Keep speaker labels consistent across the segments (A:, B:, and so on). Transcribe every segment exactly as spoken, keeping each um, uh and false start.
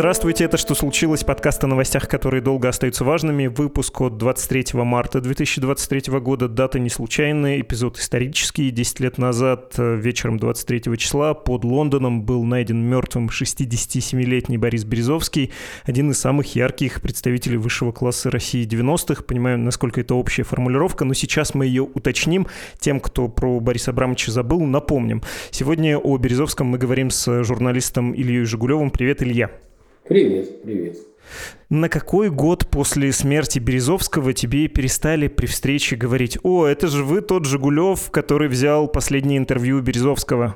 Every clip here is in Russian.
A: Здравствуйте, это «Что случилось?» Подкаст о новостях, которые долго остаются важными. Выпуск от двадцать третьего марта две тысячи двадцать третьего года. Дата не случайная, эпизод исторический. Десять лет назад, вечером двадцать третьего числа, под Лондоном был найден мертвым шестидесятисемилетний Борис Березовский, один из самых ярких представителей высшего класса России девяностых. Понимаю, насколько это общая формулировка, но сейчас мы ее уточним. Тем, кто про Бориса Абрамовича забыл, напомним. Сегодня о Березовском мы говорим с журналистом Ильей Жигулевым. Привет, Илья.
B: Привет, привет.
A: На какой год после смерти Березовского тебе перестали при встрече говорить: «О, это же вы тот Жигулев, который взял последнее интервью у Березовского»?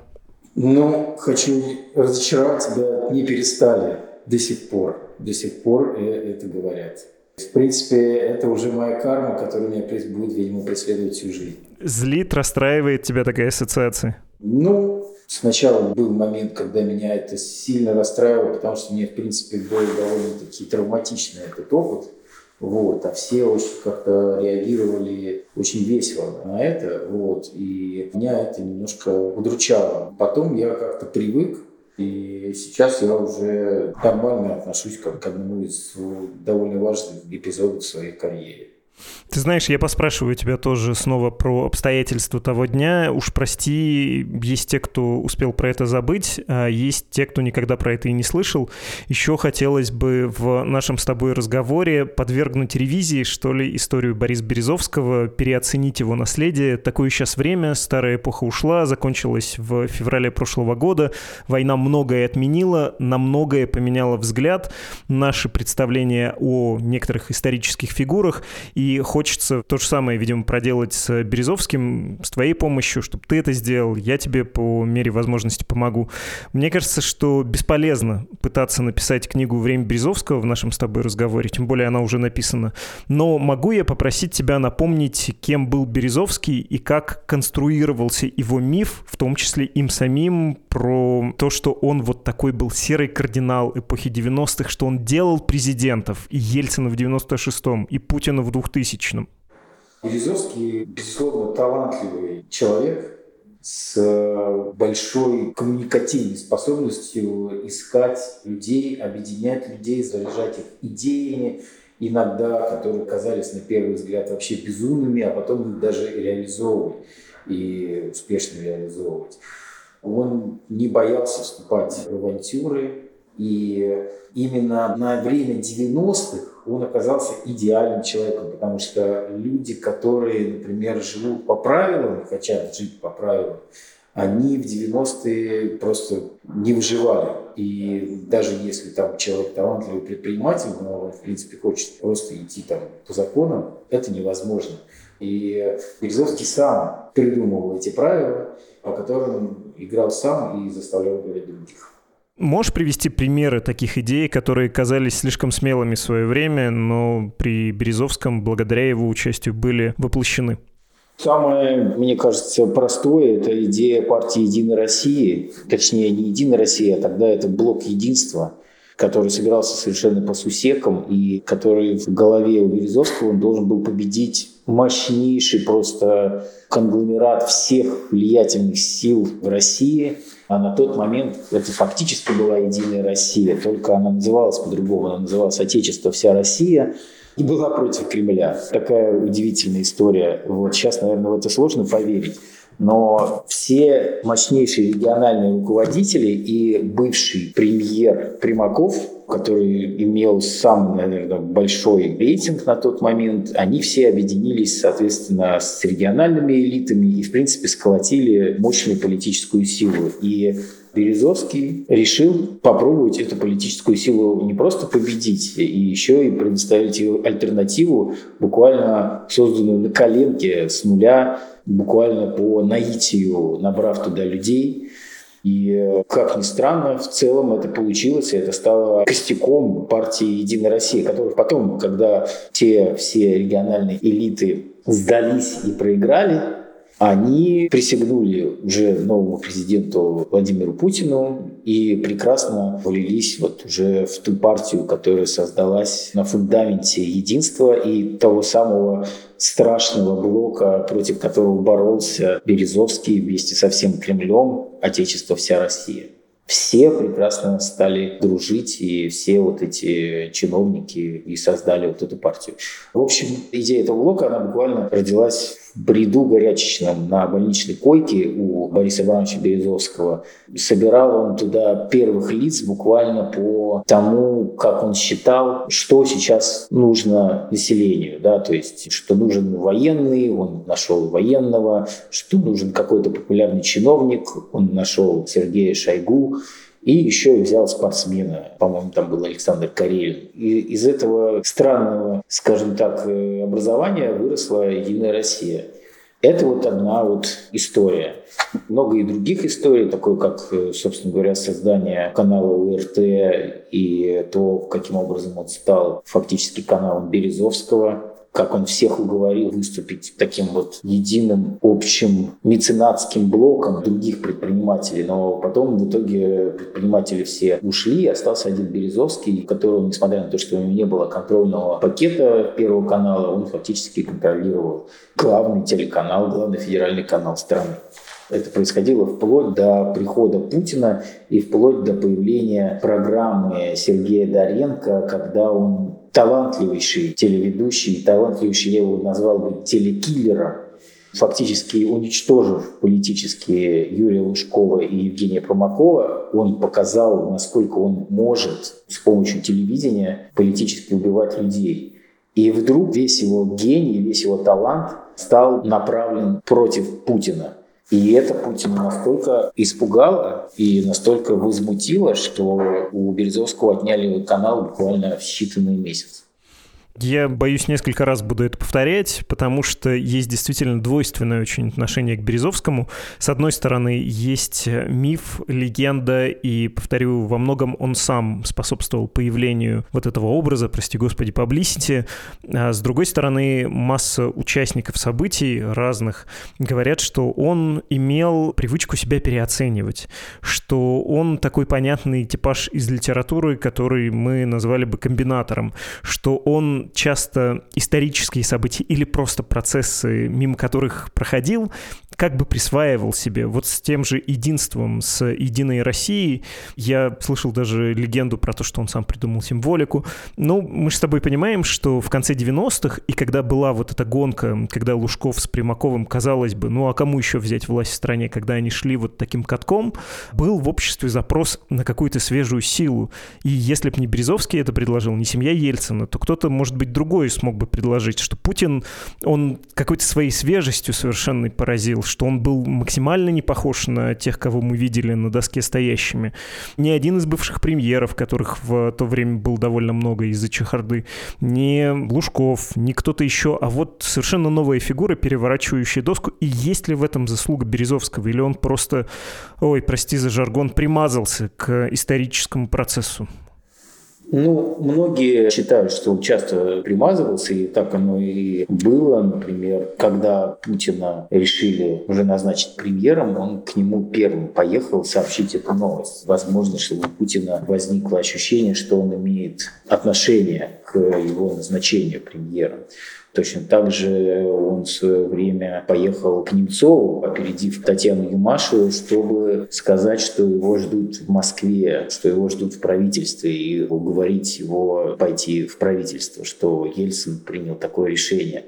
B: Ну, хочу разочаровать тебя, не перестали до сих пор. До сих пор это говорят. В принципе, это уже моя карма, которая меня будет, видимо, преследовать всю жизнь.
A: Злит, расстраивает тебя такая ассоциация?
B: Ну, сначала был момент, когда меня это сильно расстраивало, потому что мне, в принципе, был довольно-таки травматичный этот опыт. Вот, а все очень как-то реагировали очень весело на это. Вот, и меня это немножко удручало. Потом я как-то привык, и сейчас я уже нормально отношусь к одному из довольно важных эпизодов в своей карьере.
A: Ты знаешь, я поспрашиваю тебя тоже снова про обстоятельства того дня. Уж прости, есть те, кто успел про это забыть, а есть те, кто никогда про это и не слышал. Еще хотелось бы в нашем с тобой разговоре подвергнуть ревизии, что ли, историю Бориса Березовского, переоценить его наследие. Такое сейчас время, старая эпоха ушла, закончилась в феврале прошлого года. Война многое отменила, на многое поменяла взгляд, наши представления о некоторых исторических фигурах. И хочется то же самое, видимо, проделать с Березовским, с твоей помощью, чтобы ты это сделал. Я тебе по мере возможности помогу. Мне кажется, что бесполезно пытаться написать книгу «Время Березовского» в нашем с тобой разговоре, тем более она уже написана. Но могу я попросить тебя напомнить, кем был Березовский и как конструировался его миф, в том числе им самим, про то, что он вот такой был серый кардинал эпохи девяностых, что он делал президентов, и Ельцина в девяносто шестом, и Путина в двухтысячном.
B: Березовский, безусловно, талантливый человек с большой коммуникативной способностью искать людей, объединять людей, заряжать их идеями, иногда, которые казались на первый взгляд вообще безумными, а потом их даже реализовывать и успешно реализовывать. Он не боялся вступать в авантюры, и именно на время девяностых он оказался идеальным человеком, потому что люди, которые, например, живут по правилам и хотят жить по правилам, они в девяностые просто не выживали. И даже если там человек талантливый предприниматель, но он, в принципе, хочет просто идти там по законам, это невозможно. И Березовский сам придумывал эти правила, по которым играл сам и заставлял говорить других.
A: Можешь привести примеры таких идей, которые казались слишком смелыми в свое время, но при Березовском, благодаря его участию, были воплощены?
B: Самое, мне кажется, простое – это идея партии «Единой России», точнее, не «Единой России», а тогда это блок единства, который собирался совершенно по сусекам и который в голове у Березовского он должен был победить мощнейший просто конгломерат всех влиятельных сил в России. А на тот момент это фактически была «Единая Россия», только она называлась по-другому, она называлась «Отечество, вся Россия», и была против Кремля. Такая удивительная история. Вот сейчас, наверное, в это сложно поверить. Но все мощнейшие региональные руководители и бывший премьер Примаков, который имел самый, наверное, большой рейтинг на тот момент, они все объединились, соответственно, с региональными элитами и, в принципе, сколотили мощную политическую силу. И Березовский решил попробовать эту политическую силу не просто победить, и еще и предоставить ее альтернативу, буквально созданную на коленке с нуля, буквально по наитию, набрав туда людей. И, как ни странно, в целом это получилось, и это стало костяком партии «Единая Россия», которая потом, когда те все региональные элиты сдались и проиграли, они присягнули уже новому президенту Владимиру Путину и прекрасно влились вот уже в ту партию, которая создалась на фундаменте единства и того самого страшного блока, против которого боролся Березовский вместе со всем Кремлем, «Отечество, вся Россия». все прекрасно стали дружить, и все вот эти чиновники и создали вот эту партию. В общем, идея этого блока, она буквально родилась в бреду горячечном на больничной койке у Бориса Ивановича Березовского. Собирал он туда первых лиц буквально по тому, как он считал, что сейчас нужно населению. Да? То есть, что нужен военный, он нашел военного, что нужен какой-то популярный чиновник, он нашел Сергея Шойгу. И еще взял спортсмена, по-моему, там был Александр Карелин. И из этого странного, скажем так, образования выросла «Единая Россия». Это вот одна вот история. Много и других историй, такой как, собственно говоря, создание канала УРТ и то, каким образом он стал фактически каналом Березовского, как он всех уговорил выступить таким вот единым общим меценатским блоком других предпринимателей. Но потом в итоге предприниматели все ушли, и остался один Березовский, которого, несмотря на то, что у него не было контрольного пакета Первого канала, он фактически контролировал главный телеканал, главный федеральный канал страны. Это происходило вплоть до прихода Путина и вплоть до появления программы Сергея Доренко, когда он талантливейший телеведущий, талантливейший, я его назвал бы телекиллером, фактически уничтожив политически Юрия Лужкова и Евгения Промакова, он показал, насколько он может с помощью телевидения политически убивать людей. И вдруг весь его гений, весь его талант стал направлен против Путина. И это Путина настолько испугало и настолько возмутило, что у Березовского отняли канал буквально в считанные месяцы.
A: Я боюсь, несколько раз буду это повторять, потому что есть действительно двойственное очень отношение к Березовскому. С одной стороны, есть миф, легенда, и, повторю, во многом он сам способствовал появлению вот этого образа, прости господи, publicity. А с другой стороны, масса участников событий разных говорят, что он имел привычку себя переоценивать, что он такой понятный типаж из литературы, который мы назвали бы комбинатором, что он часто исторические события или просто процессы, мимо которых проходил, как бы присваивал себе. Вот с тем же единством, с «Единой Россией». Я слышал даже легенду про то, что он сам придумал символику. Но мы же с тобой понимаем, что в конце девяностых, и когда была вот эта гонка, когда Лужков с Примаковым, казалось бы, ну а кому еще взять власть в стране, когда они шли вот таким катком, был в обществе запрос на какую-то свежую силу. И если бы не Березовский это предложил, не семья Ельцина, то кто-то, может быть, другой смог бы предложить, что Путин, он какой-то своей свежестью совершенно поразил, что он был максимально не похож на тех, кого мы видели на доске стоящими. Ни один из бывших премьеров, которых в то время было довольно много из-за чехарды, ни Лужков, ни кто-то еще, а вот совершенно новая фигура, переворачивающая доску. И есть ли в этом заслуга Березовского? Или он просто, ой, прости за жаргон, примазался к историческому процессу?
B: Ну, многие считают, что он часто примазывался, и так оно и было. Например, когда Путина решили уже назначить премьером, он к нему первым поехал сообщить эту новость. Возможно, что у Путина возникло ощущение, что он имеет отношение к его назначению премьером. Точно так же он в свое время поехал к Немцову, опередив Татьяну Юмашеву, чтобы сказать, что его ждут в Москве, что его ждут в правительстве, и уговорить его пойти в правительство, что Ельцин принял такое решение.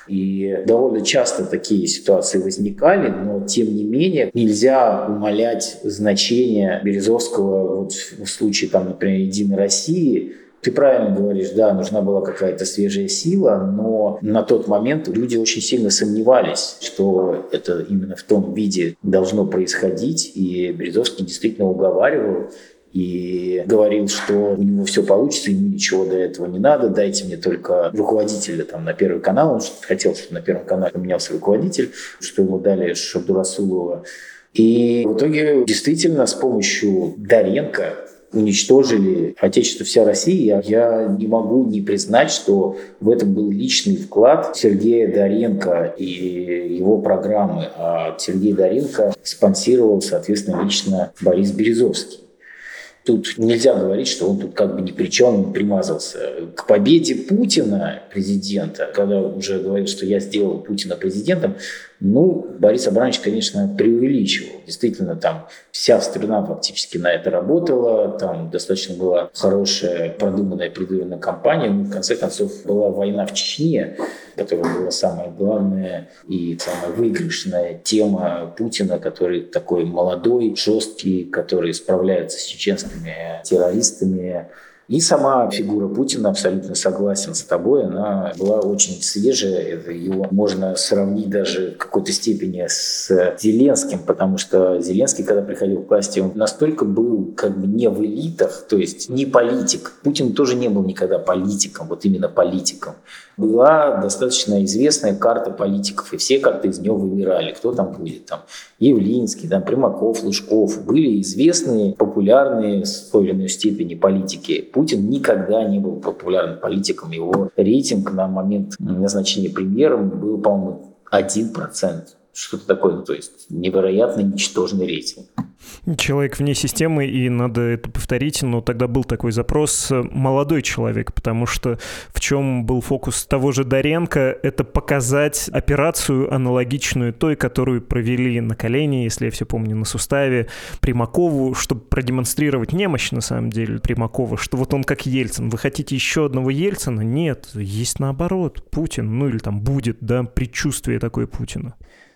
B: И довольно часто такие ситуации возникали, но тем не менее нельзя умалять значение Березовского вот в случае, там, например, «Единой России». Ты правильно говоришь, да, нужна была какая-то свежая сила, но на тот момент люди очень сильно сомневались, что это именно в том виде должно происходить, и Березовский действительно уговаривал и говорил, что у него все получится, ему ничего до этого не надо, дайте мне только руководителя там, на Первый канал. Он хотел, чтобы на Первом канале поменялся руководитель, что ему дали Шабдурасулова. И в итоге действительно с помощью Доренко уничтожили Отечество, вся Россия. Я не могу не признать, что в этом был личный вклад Сергея Доренко и его программы. А Сергей Доренко спонсировал, соответственно, лично Борис Березовский. Тут нельзя говорить, что он тут как бы ни при чем, он примазался. К победе Путина, президента, когда он уже говорил, что я сделал Путина президентом, Ну, Борис Абрамович, конечно, преувеличивал. Действительно, там вся страна фактически на это работала, там достаточно была хорошая, продуманная предвыборная кампания. Ну, в конце концов, была война в Чечне, которая была самая главная и самая выигрышная тема Путина, который такой молодой, жесткий, который справляется с чеченскими террористами. И сама фигура Путина, абсолютно согласен с тобой, она была очень свежая. Это его можно сравнить даже в какой-то степени с Зеленским, потому что Зеленский, когда приходил к власти, он настолько был как бы не в элитах, то есть не политик. Путин тоже не был никогда политиком, вот именно политиком. Была достаточно известная карта политиков, и все как-то из нее выбирали, кто там будет. Там Явлинский, там, Примаков, Лужков. Были известные, популярные в той или иной степени политики. Путин никогда не был популярным политиком. Его рейтинг на момент назначения премьером был, по-моему, один процент. Что-то такое, ну, то есть невероятно ничтожный рейтинг.
A: Человек вне системы, и надо это повторить, но тогда был такой запрос «молодой человек», потому что в чем был фокус того же Доренко, это показать операцию аналогичную той, которую провели на Колене, если я все помню, на Суставе, Примакову, чтобы продемонстрировать немощь, на самом деле, Примакова, что вот он как Ельцин. Вы хотите еще одного Ельцина? Нет, есть наоборот, Путин, ну или там будет, да, предчувствие такое Путина.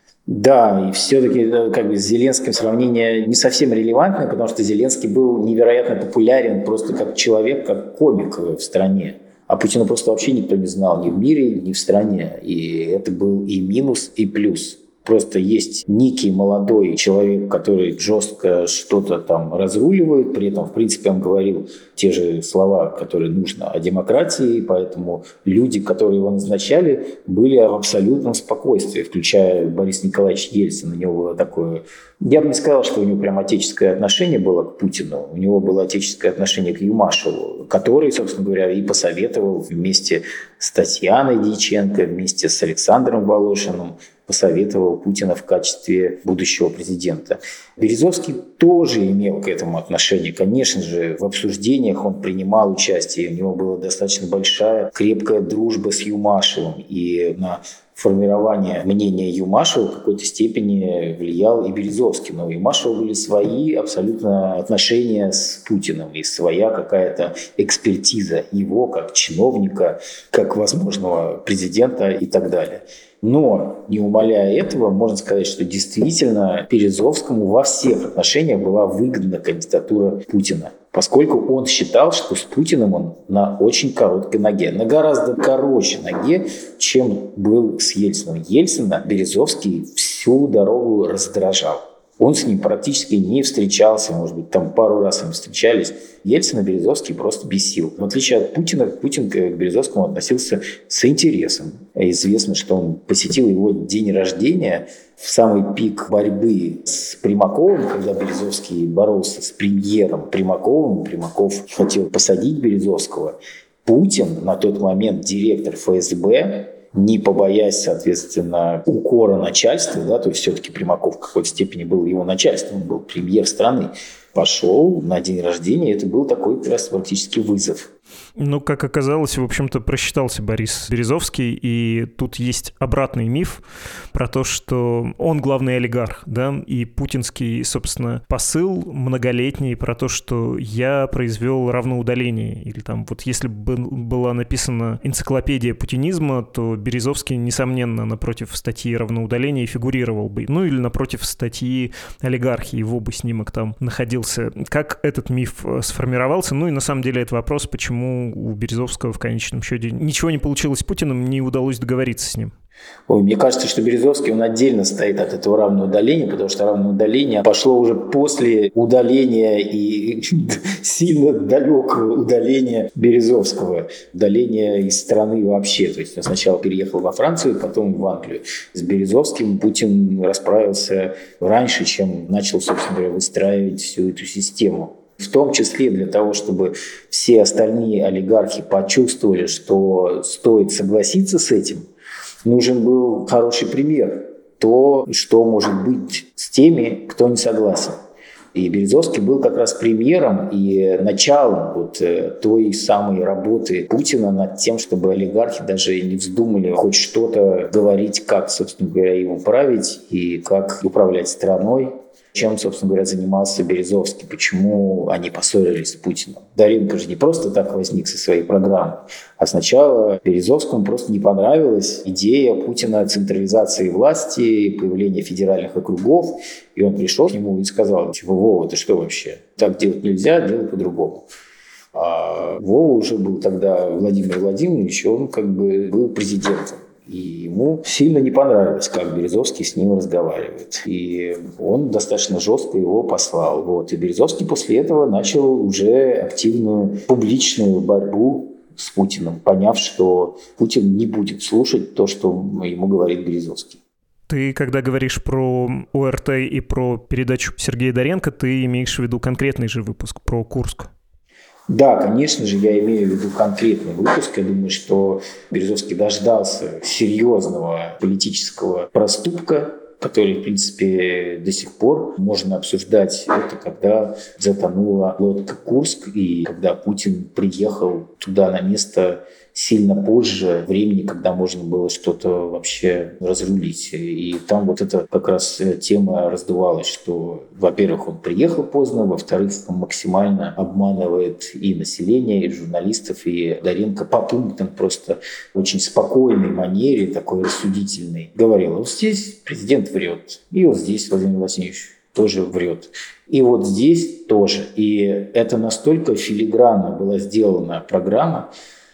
B: Да, и все-таки как бы с Зеленским сравнение не совсем релевантное, потому что Зеленский был невероятно популярен просто как человек, как комик в стране. А Путина просто вообще никто не знал ни в мире, ни в стране. И это был и минус, и плюс. Просто есть некий молодой человек, который жестко что-то там разруливает, при этом, в принципе, он говорил те же слова, которые нужно о демократии, поэтому люди, которые его назначали, были в абсолютном спокойствии, включая Бориса Николаевича Ельцина. У него было такое... Я бы не сказал, что у него прям отеческое отношение было к Путину. У него было отеческое отношение к Юмашеву, который, собственно говоря, и посоветовал вместе с Татьяной Дьяченко, вместе с Александром Волошиным, посоветовал Путина в качестве будущего президента. Березовский тоже имел к этому отношение. Конечно же, в обсуждениях он принимал участие. У него была достаточно большая, крепкая дружба с Юмашевым. И на формирование мнения Юмашева в какой-то степени влиял и Березовский. Но у Юмашева были свои абсолютно отношения с Путиным и своя какая-то экспертиза его как чиновника, как возможного президента и так далее. Но, не умаляя этого, можно сказать, что действительно Березовскому во всех отношениях была выгодна кандидатура Путина, поскольку он считал, что с Путиным он на очень короткой ноге, на гораздо короче ноге, чем был с Ельциным. Ельцина Березовский всю дорогу раздражал. Он с ним практически не встречался, может быть, там пару раз они встречались. Ельцина Березовский просто бесил. В отличие от Путина, Путин к Березовскому относился с интересом. Известно, что он посетил его день рождения в самый пик борьбы с Примаковым, когда Березовский боролся с премьером Примаковым. Примаков хотел посадить Березовского. Путин, на тот момент директор эф эс бэ, не побоясь, соответственно, укора начальства, да, то есть все-таки Примаков в какой-то степени был его начальством, он был премьер страны, пошел на день рождения, это был такой как раз практически вызов.
A: Ну, как оказалось, в общем-то, просчитался Борис Березовский, и тут есть обратный миф про то, что он главный олигарх, да, и путинский, собственно, посыл многолетний про то, что я произвел равноудаление, или там вот если бы была написана энциклопедия путинизма, то Березовский, несомненно, напротив статьи равноудаления фигурировал бы, ну или напротив статьи олигархии, его бы снимок там находился. Как этот миф сформировался? Ну и на самом деле это вопрос, почему у Березовского в конечном счете ничего не получилось с Путиным, не удалось договориться с ним.
B: Ой, мне кажется, что Березовский, он отдельно стоит от этого равного удаления, потому что равное удаление пошло уже после удаления и сильно далекого удаления Березовского, удаления из страны вообще. То есть он сначала переехал во Францию, потом в Англию. С Березовским Путин расправился раньше, чем начал, собственно говоря, выстраивать всю эту систему. В том числе для того, чтобы все остальные олигархи почувствовали, что стоит согласиться с этим, нужен был хороший пример. То, что может быть с теми, кто не согласен. И Березовский был как раз премьером и началом вот той самой работы Путина над тем, чтобы олигархи даже не вздумали хоть что-то говорить, как, собственно говоря, ему править и как управлять страной. Чем, собственно говоря, занимался Березовский, почему они поссорились с Путиным. Даренко же не просто так возник со своей программой, а сначала Березовскому просто не понравилась идея Путина о централизации власти, появления федеральных округов, и он пришел к нему и сказал, типа, Вова, ты что вообще? Так делать нельзя, делай по-другому. А Вова уже был тогда Владимир Владимирович, он как бы был президентом. И ему сильно не понравилось, как Березовский с ним разговаривает. И он достаточно жестко его послал. Вот. И Березовский после этого начал уже активную публичную борьбу с Путиным, поняв, что Путин не будет слушать то, что ему говорит Березовский.
A: Ты, когда говоришь про ОРТ и про передачу Сергея Даренко, ты имеешь в виду конкретный же выпуск про Курск?
B: Да, конечно же, я имею в виду конкретный выпуск. Я думаю, что Березовский дождался серьезного политического проступка, который, в принципе, до сих пор можно обсуждать. Это когда затонула лодка «Курск», и когда Путин приехал туда на место сильно позже времени, когда можно было что-то вообще разрулить. И там вот эта как раз тема раздувалась, что, во-первых, он приехал поздно, во-вторых, он максимально обманывает и население, и журналистов, и Даренко по пунктам просто в очень спокойной манере, такой рассудительной, говорил, вот здесь президент врет, и вот здесь Владимир Владимирович тоже врет. И вот здесь тоже. И это настолько филигранно была сделана программа,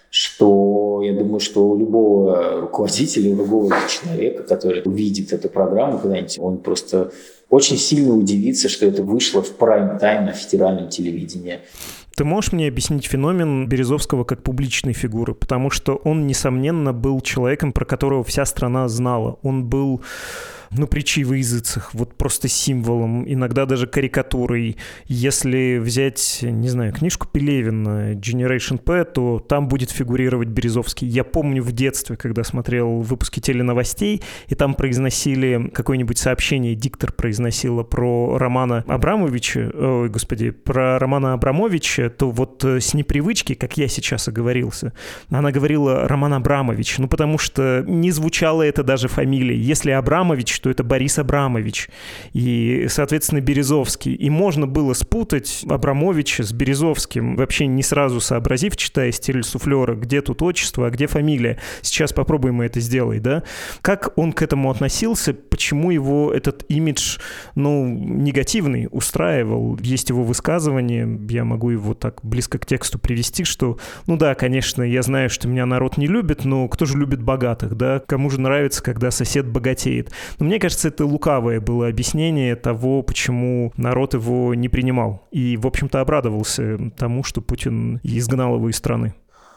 B: что я думаю, что у любого руководителя, у любого человека, который увидит эту программу когда-нибудь, он просто очень сильно удивится, что это вышло в прайм-тайм на федеральном телевидении.
A: Ты можешь мне объяснить феномен Березовского как публичной фигуры? Потому что он, несомненно, был человеком, про которого вся страна знала. Он был, ну, притчей во языцах, вот просто символом, иногда даже карикатурой. Если взять, не знаю, книжку Пелевина «Generation P», то там будет фигурировать Березовский. Я помню в детстве, когда смотрел выпуски теленовостей, и там произносили какое-нибудь сообщение, диктор произносила про Романа Абрамовича, ой, господи, про Романа Абрамовича, то вот с непривычки, как я сейчас оговорился, она говорила Роман Абрамович, ну потому что не звучало это даже фамилией. Если Абрамович, что это Борис Абрамович и, соответственно, Березовский. И можно было спутать Абрамовича с Березовским, вообще не сразу сообразив, читая стиль суфлера, где тут отчество, а где фамилия. Сейчас попробуем это сделать, да? Как он к этому относился, почему его этот имидж, ну, негативный устраивал? Есть его высказывание, я могу его так близко к тексту привести, что, ну да, конечно, я знаю, что меня народ не любит, но кто же любит богатых, да? Кому же нравится, когда сосед богатеет? Но мне кажется, это лукавое было объяснение того, почему народ его не принимал. И, в общем-то, обрадовался тому, что Путин изгнал его из страны.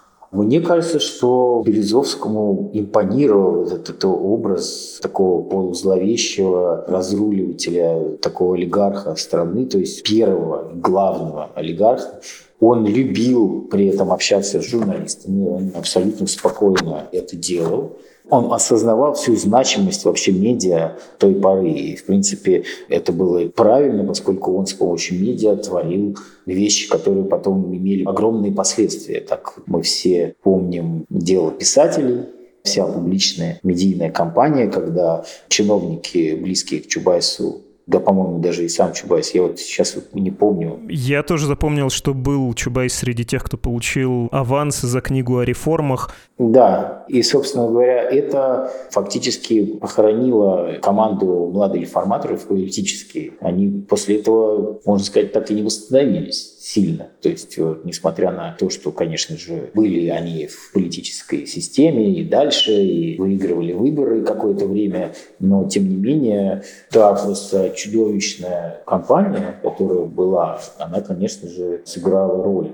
B: Мне кажется, что Березовскому импонировал этот, этот образ такого полузловещего разруливателя, такого олигарха страны, то есть первого главного олигарха. Он любил при этом общаться с журналистами, он абсолютно спокойно это делал. Он осознавал всю значимость вообще медиа той поры. И, в принципе, это было правильно, поскольку он с помощью медиа творил вещи, которые потом имели огромные последствия. Так мы все помним дело писателей, вся публичная медийная кампания, когда чиновники, близкие к Чубайсу, да, по-моему, даже и сам Чубайс. Я вот сейчас вот не помню.
A: Я тоже запомнил, что был Чубайс среди тех, кто получил аванс за книгу о реформах.
B: Да, и, собственно говоря, это фактически похоронило команду молодых реформаторов политически. Они после этого, можно сказать, так и не восстановились сильно. То есть, несмотря на то, что, конечно же, были они в политической системе и дальше, и выигрывали выборы какое-то время, но, тем не менее, та просто чудовищная кампания, которая была, она, конечно же, сыграла роль.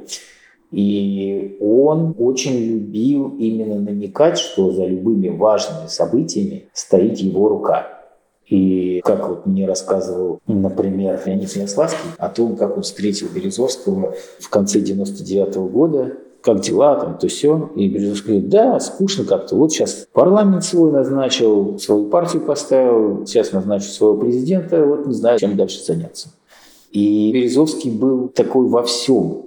B: И он очень любил именно намекать, что за любыми важными событиями стоит его рука. И как вот мне рассказывал, например, Леонид Ярославский о том, как он встретил Березовского в конце девяносто девятого года, как дела, там, то сё. И Березовский говорит, да, скучно как-то. Вот сейчас парламент свой назначил, свою партию поставил, сейчас назначу своего президента, вот не знаю, чем дальше заняться. И Березовский был такой во всем.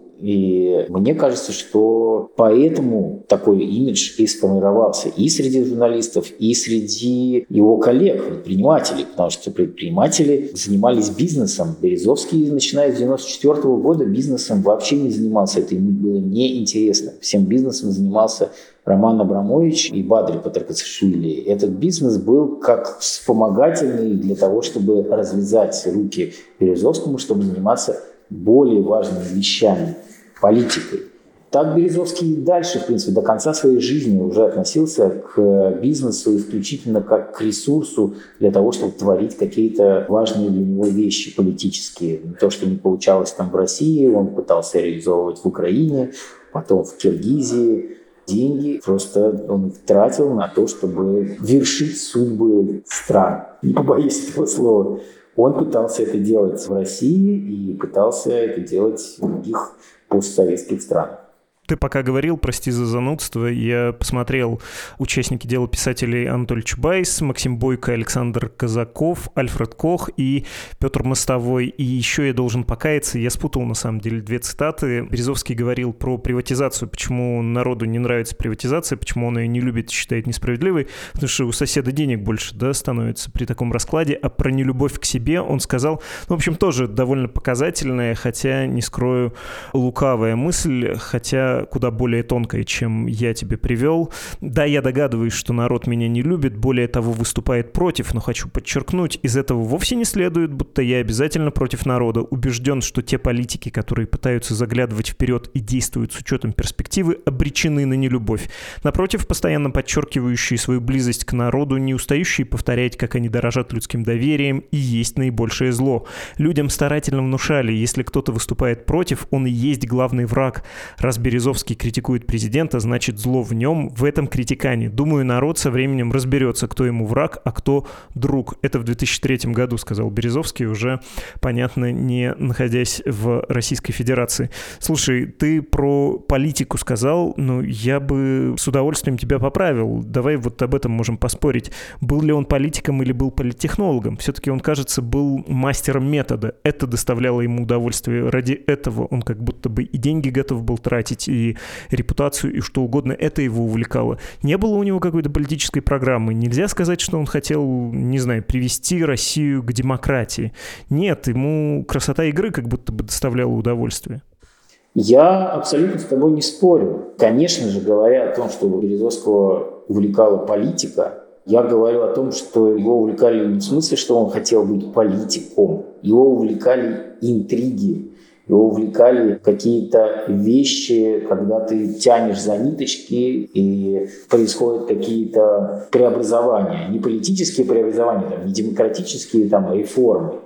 B: И мне кажется, что поэтому такой имидж и сформировался и среди журналистов, и среди его коллег, предпринимателей, потому что предприниматели занимались бизнесом. Березовский, начиная с девяносто четвёртого года, бизнесом вообще не занимался, это ему было неинтересно. Всем бизнесом занимался Роман Абрамович и Бадрий Патрикашвили. Этот бизнес был как вспомогательный для того, чтобы развязать руки Березовскому, чтобы заниматься более важными вещами, политикой. Так Березовский и дальше, в принципе, до конца своей жизни уже относился к бизнесу исключительно как к ресурсу для того, чтобы творить какие-то важные для него вещи политические. То, что не получалось там в России, он пытался реализовывать в Украине, потом в Киргизии. Деньги просто он их тратил на то, чтобы вершить судьбы стран. Не побоюсь этого слова. Он пытался это делать в России и пытался это делать в других постсоветских странах.
A: Ты пока говорил, прости за занудство, я посмотрел участники дела писателей Анатолий Чубайс, Максим Бойко, Александр Казаков, Альфред Кох и Петр Мостовой. И еще я должен покаяться, я спутал на самом деле две цитаты. Березовский говорил про приватизацию, почему народу не нравится приватизация, почему он ее не любит и считает несправедливой, потому что у соседа денег больше, да, становится при таком раскладе. А про нелюбовь к себе он сказал, ну, в общем, тоже довольно показательная, хотя, не скрою, лукавая мысль, хотя куда более тонкая, чем я тебе привел. Да, я догадываюсь, что народ меня не любит, более того, выступает против, но хочу подчеркнуть, из этого вовсе не следует, будто я обязательно против народа. Убежден, что те политики, которые пытаются заглядывать вперед и действуют с учетом перспективы, обречены на нелюбовь. Напротив, постоянно подчеркивающие свою близость к народу, не устающие повторять, как они дорожат людским доверием, и есть наибольшее зло. Людям старательно внушали, если кто-то выступает против, он и есть главный враг. Раз Березовский критикует президента, значит зло в нем, в этом критикане. Думаю, народ со временем разберется, кто ему враг, а кто друг. Это в две тысячи третьем году сказал Березовский, уже, понятно, не находясь в Российской Федерации. Слушай, ты про политику сказал, но я бы с удовольствием тебя поправил. Давай вот об этом можем поспорить. Был ли он политиком или был политтехнологом? Все-таки он, кажется, был мастером метода. Это доставляло ему удовольствие. Ради этого он как будто бы и деньги готов был тратить, и и репутацию, и что угодно, это его увлекало. Не было у него какой-то политической программы. Нельзя сказать, что он хотел, не знаю, привести Россию к демократии. Нет, ему красота игры как будто бы доставляла удовольствие.
B: Я абсолютно с тобой не спорю. Конечно же, говоря о том, что Березовского увлекала политика, я говорю о том, что его увлекали не в смысле, что он хотел быть политиком. Его увлекали интриги. Его увлекали какие-то вещи, когда ты тянешь за ниточки, и происходят какие-то преобразования. Не политические преобразования, там, не демократические там, реформы,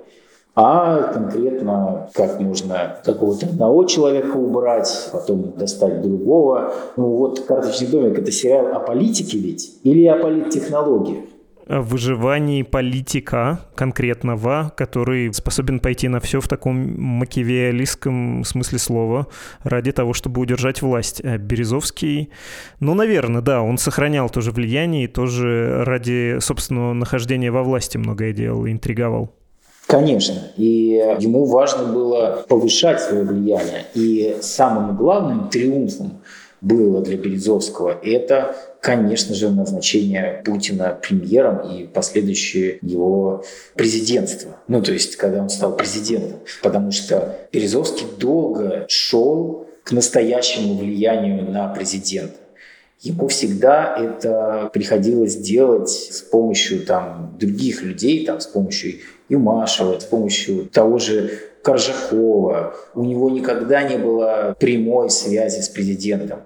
B: а конкретно, как можно какого-то одного человека убрать, потом достать другого. Ну вот «Карточный домик» — это сериал о политике ведь или о политтехнологиях?
A: О выживании политика конкретного, который способен пойти на все в таком макиавеллистском смысле слова ради того, чтобы удержать власть. А Березовский, ну, наверное, да, он сохранял тоже влияние и тоже ради собственного нахождения во власти многое делал, интриговал.
B: Конечно. И ему важно было повышать свое влияние. И самым главным триумфом было для Березовского это, конечно же, назначение Путина премьером и последующее его президентство. Ну, то есть, когда он стал президентом. Потому что Березовский долго шел к настоящему влиянию на президента. Ему всегда это приходилось делать с помощью там, других людей, там, с помощью Юмашева, с помощью того же Коржакова. У него никогда не было прямой связи с президентом.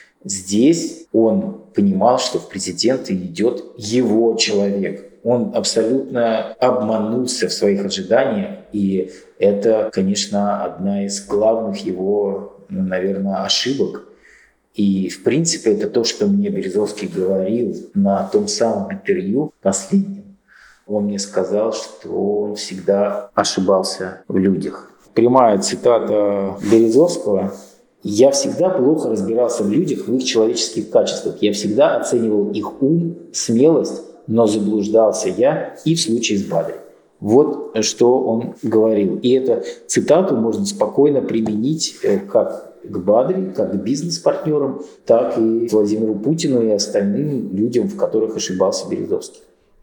B: Здесь он понимал, что в президенты идет его человек. Он абсолютно обманулся в своих ожиданиях, и это, конечно, одна из главных его, наверное, ошибок. И, в принципе, это то, что мне Березовский говорил на том самом интервью последнем. Он мне сказал, что он всегда ошибался в людях. Прямая цитата Березовского. «Я всегда плохо разбирался в людях, в их человеческих качествах. Я всегда оценивал их ум, смелость, но заблуждался я и в случае с Бадри». Вот что он говорил. И эту цитату можно спокойно применить как к Бадре, как к бизнес-партнерам, так и к Владимиру Путину и остальным людям, в которых ошибался Березовский.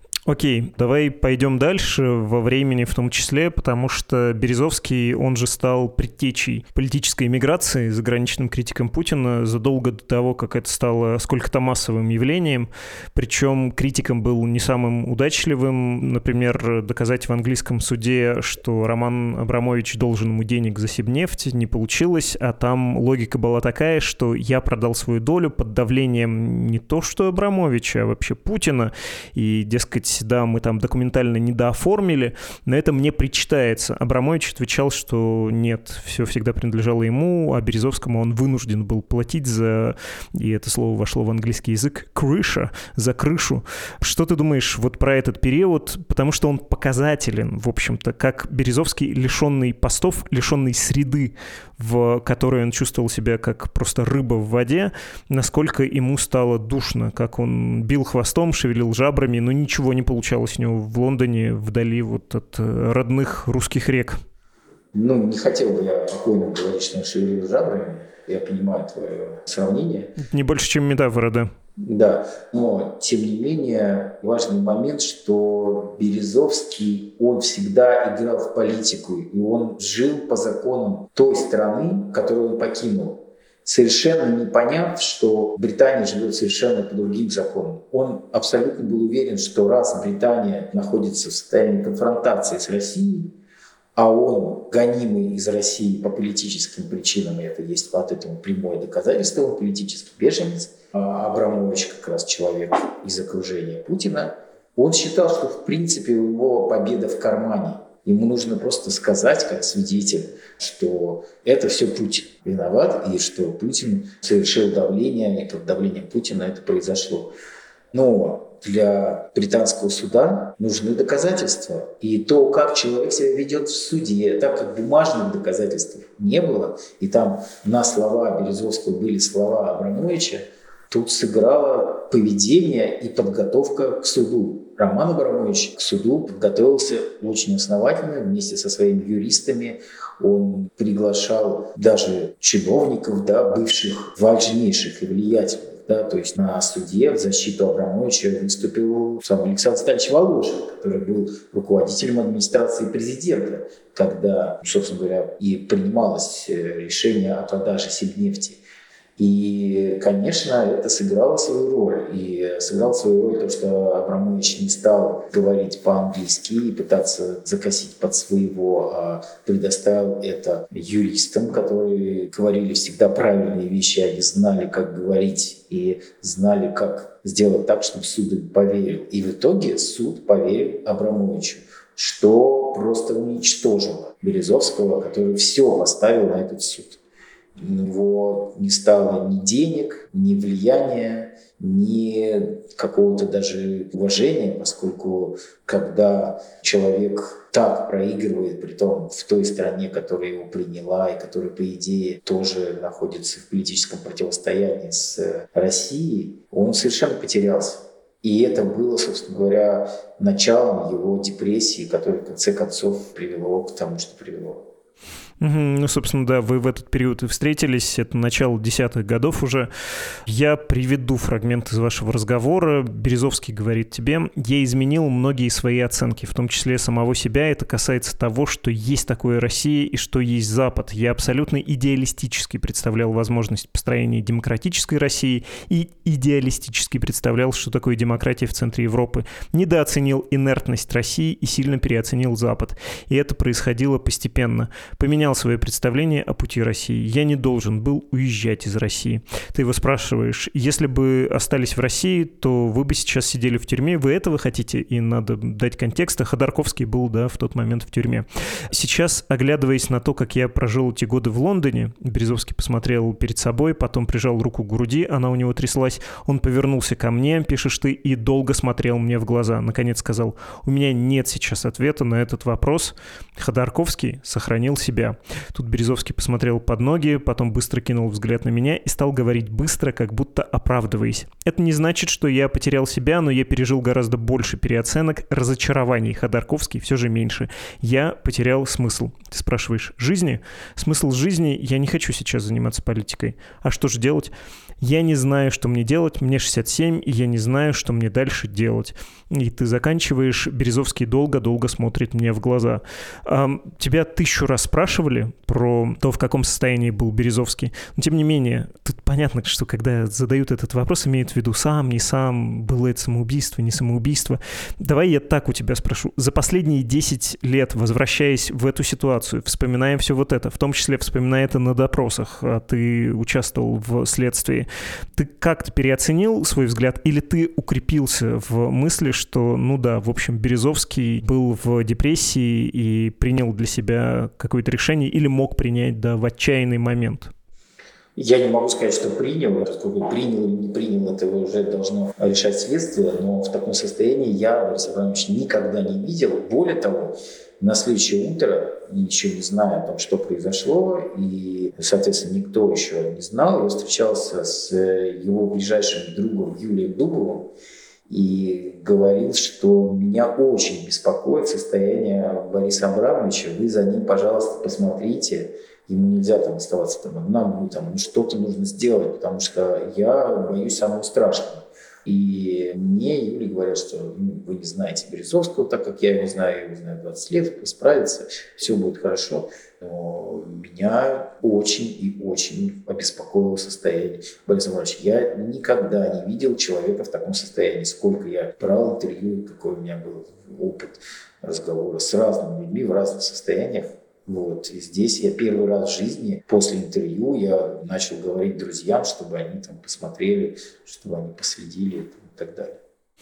A: Окей, давай пойдем дальше во времени в том числе, потому что Березовский, он же стал предтечей политической эмиграции, заграничным критиком Путина задолго до того, как это стало сколько-то массовым явлением. Причем критиком был не самым удачливым. Например, доказать в английском суде, что Роман Абрамович должен ему денег за Сибнефть, не получилось, а там логика была такая, что я продал свою долю под давлением не то что Абрамовича, а вообще Путина, и, дескать, да, мы там документально недооформили, но это мне причитается. Абрамович отвечал, что нет, все всегда принадлежало ему, а Березовскому он вынужден был платить за, и это слово вошло в английский язык, крыша, за крышу. Что ты думаешь вот про этот период? Потому что он показателен, в общем-то, как Березовский, лишенный постов, лишенный среды, в которой он чувствовал себя как просто рыба в воде, насколько ему стало душно, как он бил хвостом, шевелил жабрами, но ничего не получалось у него в Лондоне, вдали вот от родных русских рек.
B: Ну, не хотел бы я спокойно говорить, что он шевелил жабрами. Я понимаю твое сравнение.
A: Не больше, чем метафора, да.
B: Да, но тем не менее важный момент, что Березовский, он всегда играл в политику, и он жил по законам той страны, которую он покинул. Совершенно не поняв, что Британия живет совершенно по другим законам. Он абсолютно был уверен, что раз Британия находится в состоянии конфронтации с Россией, а он гонимый из России по политическим причинам, и это есть вот этому прямое доказательство, он политический беженец, а Абрамович как раз человек из окружения Путина, он считал, что в принципе у него победа в кармане. Ему нужно просто сказать, как свидетель, что это все Путин виноват, и что Путин совершил давление, и под давлением Путина это произошло. Но для британского суда нужны доказательства. И то, как человек себя ведет в суде, так как бумажных доказательств не было, и там на слова Березовского были слова Абрамовича, тут сыграло поведение и подготовка к суду. Роман Абрамович к суду подготовился очень основательно вместе со своими юристами. Он приглашал даже чиновников, да, бывших важнейших и влиятельных. Да, то есть на суде в защиту Абрамовича выступил сам Александр Стальевич Волошин, который был руководителем администрации президента, когда, собственно говоря, и принималось решение о продаже Сибнефти. И, конечно, это сыграло свою роль. И сыграло свою роль то, что Абрамович не стал говорить по-английски и пытаться закосить под своего, а предоставил это юристам, которые говорили всегда правильные вещи, они знали, как говорить и знали, как сделать так, чтобы суд им поверил. И в итоге суд поверил Абрамовичу, что просто уничтожило Березовского, который все поставил на этот суд. У него не стало ни денег, ни влияния, ни какого-то даже уважения, поскольку когда человек так проигрывает, притом в той стране, которая его приняла и которая, по идее, тоже находится в политическом противостоянии с Россией, он совершенно потерялся. И это было, собственно говоря, началом его депрессии, которая в конце концов привело к тому, что привело.
A: Ну, собственно, да, вы в этот период и встретились, это начало десятых годов уже. Я приведу фрагмент из вашего разговора. Березовский говорит тебе: «Я изменил многие свои оценки, в том числе самого себя. Это касается того, что есть такое Россия и что есть Запад. Я абсолютно идеалистически представлял возможность построения демократической России и идеалистически представлял, что такое демократия в центре Европы. Недооценил инертность России и сильно переоценил Запад. И это происходило постепенно. Поменял свое представление о пути России. Я не должен был уезжать из России». Ты его спрашиваешь: если бы остались в России, то вы бы сейчас сидели в тюрьме. Вы этого хотите? И надо дать контекст. А Ходорковский был, да, в тот момент в тюрьме. Сейчас, оглядываясь на то, как я прожил эти годы в Лондоне, Березовский посмотрел перед собой, потом прижал руку к груди, она у него тряслась. Он повернулся ко мне, пишешь ты, и долго смотрел мне в глаза. Наконец сказал: «У меня нет сейчас ответа на этот вопрос. Ходорковский сохранил себя. Тут Березовский посмотрел под ноги, потом быстро кинул взгляд на меня и стал говорить быстро, как будто оправдываясь. Это не значит, что я потерял себя, но я пережил гораздо больше переоценок, разочарований. Ходорковский все же меньше. Я потерял смысл. Ты спрашиваешь, жизни? Смысл жизни? Я не хочу сейчас заниматься политикой. А что же делать? Я не знаю, что мне делать. Мне шестьдесят семь, и я не знаю, что мне дальше делать. И ты заканчиваешь. Березовский долго-долго смотрит мне в глаза. А, тебя тысячу раз спрашивали про то, в каком состоянии был Березовский. Но тем не менее, тут понятно, что когда задают этот вопрос, имеют в виду сам, не сам, было это самоубийство, не самоубийство. Давай я так у тебя спрошу. За последние десять лет, возвращаясь в эту ситуацию, вспоминая все вот это, в том числе вспоминая это на допросах, а ты участвовал в следствии, ты как-то переоценил свой взгляд или ты укрепился в мысли, что, ну да, в общем, Березовский был в депрессии и принял для себя какое-то решение или мог принять, да, в отчаянный момент?
B: Я не могу сказать, что принял. Сколько принял или не принял, это уже должно решать следствие. Но в таком состоянии я, Борис Абрамович, никогда не видел. Более того, на следующее утро, еще не зная о том, что произошло, и, соответственно, никто еще не знал, я встречался с его ближайшим другом Юлием Дубовым и говорил, что меня очень беспокоит состояние Бориса Абрамовича. Вы за ним, пожалуйста, посмотрите. Ему нельзя там оставаться там одному, там, ну, что-то нужно сделать, потому что я боюсь самого страшного. И мне Юлия говорят, что ну, вы не знаете Березовского, так как я его знаю, я его знаю двадцать лет, справится, все будет хорошо. Но меня очень и очень обеспокоило состояние Бориса Ивановича. Я никогда не видел человека в таком состоянии. Сколько я брал интервью, какой у меня был опыт разговора с разными людьми в разных состояниях. Вот. И здесь я первый раз в жизни после интервью я начал говорить друзьям, чтобы они там посмотрели, чтобы они последили и так далее.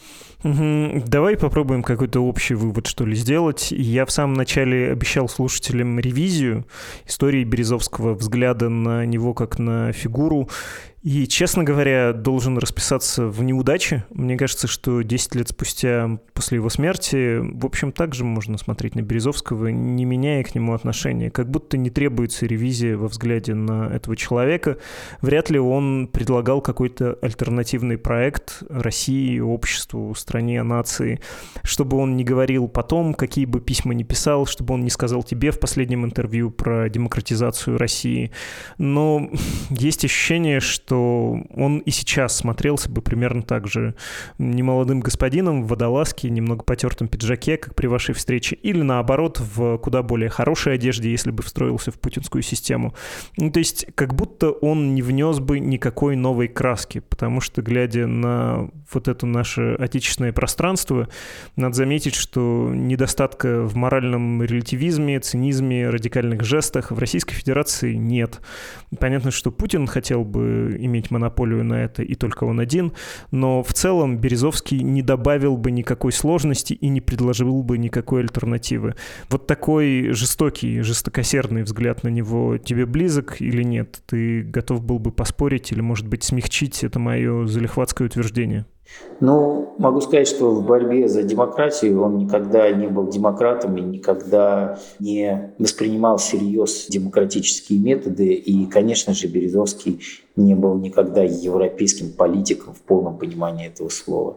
A: Угу. Давай попробуем какой-то общий вывод, что ли, сделать. Я в самом начале обещал слушателям ревизию истории Березовского, взгляда на него как на фигуру. И, честно говоря, должен расписаться в неудаче. Мне кажется, что десять лет спустя после его смерти, в общем, также можно смотреть на Березовского, не меняя к нему отношения. Как будто не требуется ревизия во взгляде на этого человека. Вряд ли он предлагал какой-то альтернативный проект России, обществу, стране, нации. Чтобы он не говорил потом, какие бы письма ни писал, чтобы он не сказал тебе в последнем интервью про демократизацию России. Но есть ощущение, что что он и сейчас смотрелся бы примерно так же немолодым господином в водолазке, немного потертом пиджаке, как при вашей встрече, или наоборот, в куда более хорошей одежде, если бы встроился в путинскую систему. Ну, то есть, как будто он не внес бы никакой новой краски, потому что, глядя на вот это наше отечественное пространство, надо заметить, что недостатка в моральном релятивизме, цинизме, радикальных жестах в Российской Федерации нет. Понятно, что Путин хотел бы иметь монополию на это, и только он один, но в целом Березовский не добавил бы никакой сложности и не предложил бы никакой альтернативы. Вот такой жестокий, жестокосердный взгляд на него тебе близок или нет? Ты готов был бы поспорить или, может быть, смягчить это мое залихватское утверждение?
B: Ну, могу сказать, что в борьбе за демократию он никогда не был демократом и никогда не воспринимал всерьез демократические методы. И, конечно же, Березовский не был никогда европейским политиком в полном понимании этого слова.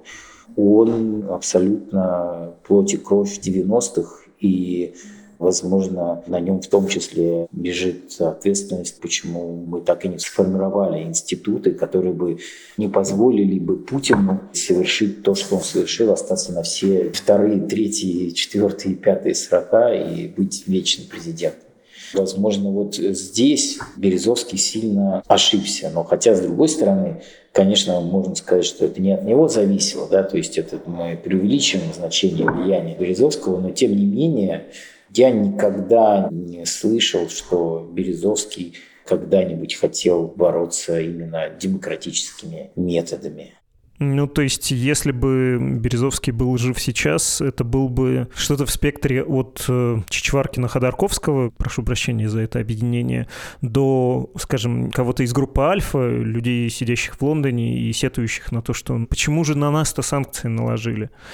B: Он абсолютно плоть и кровь девяностых, и возможно, на нем в том числе лежит ответственность, почему мы так и не сформировали институты, которые бы не позволили бы Путину совершить то, что он совершил, остаться на все вторые, третьи, четвертые, пятые срока и быть вечным президентом. Возможно, вот здесь Березовский сильно ошибся. Но хотя, с другой стороны, конечно, можно сказать, что это не от него зависело, да, то есть это мы преувеличиваем значение влияния Березовского, но тем не менее я никогда не слышал, что Березовский когда-нибудь хотел бороться именно демократическими методами.
A: Ну, то есть, если бы Березовский был жив сейчас, это был бы что-то в спектре от э, Чичваркина-Ходорковского, прошу прощения за это объединение, до, скажем, кого-то из группы «Альфа», людей, сидящих в Лондоне и сетующих на то, что почему же на нас-то санкции наложили.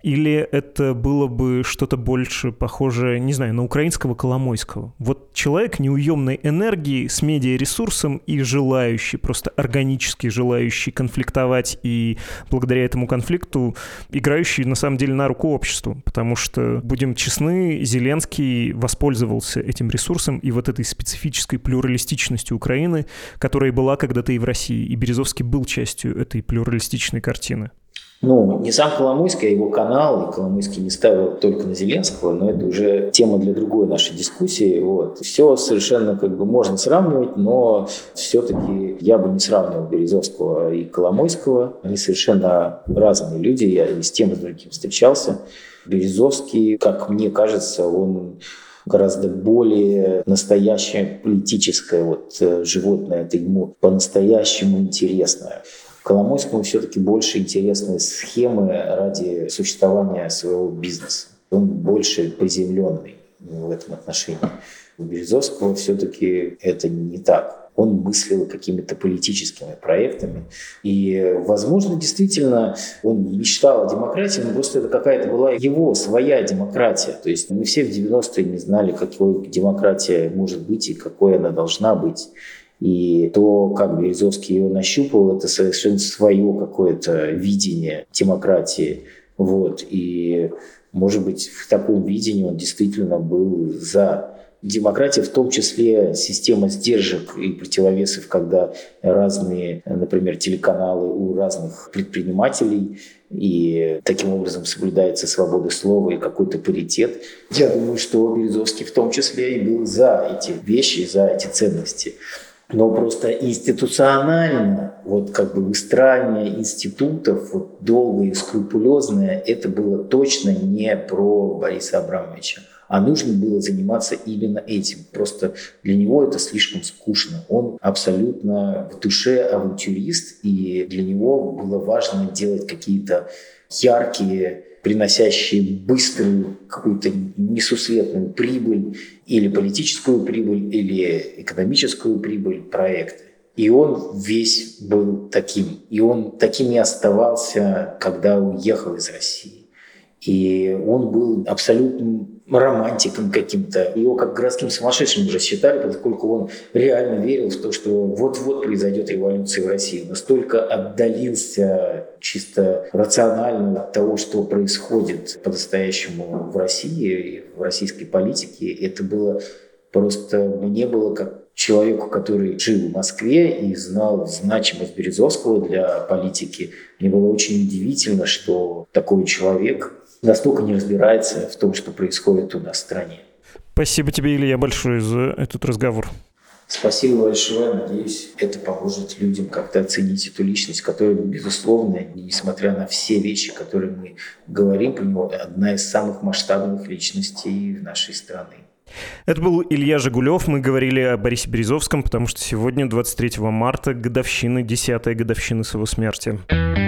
A: Или это было бы что-то больше похожее, не знаю, на украинского Коломойского? Вот человек неуемной энергии с медиаресурсом и желающий, просто органически желающий конфликтовать и благодаря этому конфликту играющий на самом деле на руку обществу. Потому что, будем честны, Зеленский воспользовался этим ресурсом и вот этой специфической плюралистичностью Украины, которая была когда-то и в России. И Березовский был частью этой плюралистичной картины.
B: Ну, не сам Коломойский, а его канал, и Коломойский не ставил только на Зеленского, но это уже тема для другой нашей дискуссии. Вот. Все совершенно как бы можно сравнивать, но все-таки я бы не сравнивал Березовского и Коломойского. Они совершенно разные люди, я и с тем, и с другим встречался. Березовский, как мне кажется, он гораздо более настоящее политическое вот, животное, это ему по-настоящему интересно. Коломойскому все-таки больше интересны схемы ради существования своего бизнеса. Он больше приземленный в этом отношении. У Березовского все-таки это не так. Он мыслил какими-то политическими проектами. И, возможно, действительно, он мечтал о демократии, но просто это какая-то была его своя демократия. То есть мы все в девяностые не знали, какой демократия может быть и какой она должна быть. И то, как Березовский ее нащупал, это совершенно свое какое-то видение демократии. Вот. И, может быть, в таком видении он действительно был за демократию, в том числе система сдержек и противовесов, когда разные, например, телеканалы у разных предпринимателей, и таким образом соблюдается свобода слова и какой-то паритет. Я думаю, что Березовский в том числе и был за эти вещи, за эти ценности. Но просто институционально, вот как бы выстраивание институтов, вот долгое и скрупулезное, это было точно не про Бориса Абрамовича. А нужно было заниматься именно этим. Просто для него это слишком скучно. Он абсолютно в душе авантюрист, и для него было важно делать какие-то яркие, приносящие быструю какую-то несусветную прибыль, или политическую прибыль, или экономическую прибыль проекты. И он весь был таким. И он таким и оставался, когда уехал из России. И он был абсолютным романтиком каким-то. Его как городским сумасшедшим уже считали, поскольку он реально верил в то, что вот-вот произойдет революция в России. Настолько отдалился чисто рационально от того, что происходит по-настоящему в России, в российской политике. Это было просто... Мне было как человеку, который жил в Москве и знал значимость Березовского для политики. Мне было очень удивительно, что такой человек настолько не разбирается в том, что происходит у нас в стране.
A: Спасибо тебе, Илья, большое за этот разговор.
B: Спасибо большое. Надеюсь, это поможет людям как-то оценить эту личность, которая, безусловно, несмотря на все вещи, которые мы говорим про него, одна из самых масштабных личностей в нашей страны.
A: Это был Илья Жигулев. Мы говорили о Борисе Березовском, потому что сегодня, двадцать третьего марта, годовщина, десятая годовщина с его смерти.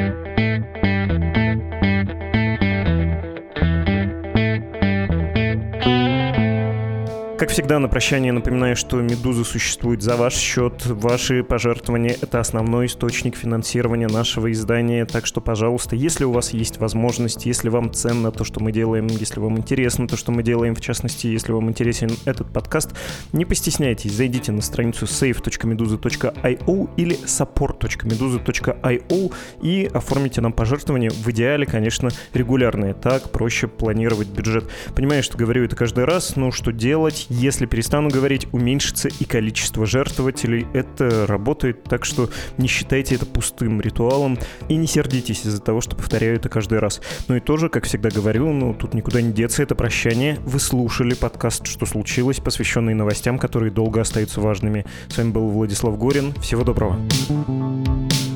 A: Как всегда, на прощание напоминаю, что «Медуза» существует за ваш счет. Ваши пожертвования — это основной источник финансирования нашего издания. Так что, пожалуйста, если у вас есть возможность, если вам ценно то, что мы делаем, если вам интересно то, что мы делаем, в частности, если вам интересен этот подкаст, не постесняйтесь, зайдите на страницу сейв точка медуза точка ай о или саппорт точка медуза точка ай о и оформите нам пожертвования. В идеале, конечно, регулярные. Так проще планировать бюджет. Понимаю, что говорю это каждый раз, но что делать? Если перестану говорить, уменьшится и количество жертвователей. Это работает, так что не считайте это пустым ритуалом и не сердитесь из-за того, что повторяю это каждый раз. Ну и тоже, как всегда говорю, ну тут никуда не деться, это прощание. Вы слушали подкаст «Что случилось?», посвященный новостям, которые долго остаются важными. С вами был Владислав Горин. Всего доброго.